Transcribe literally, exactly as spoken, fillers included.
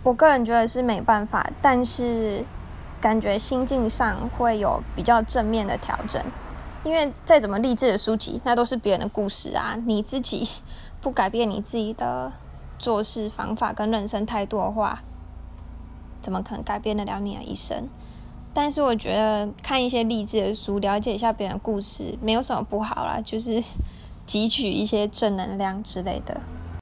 我个人觉得是没办法，但是感觉心境上会有比较正面的调整。因为再怎么励志的书籍，那都是别人的故事啊，你自己不改变你自己的做事方法跟人生态度的话，怎么可能改变得了你的一生？但是我觉得看一些励志的书，了解一下别人的故事，没有什么不好啦，就是汲取一些正能量之类的。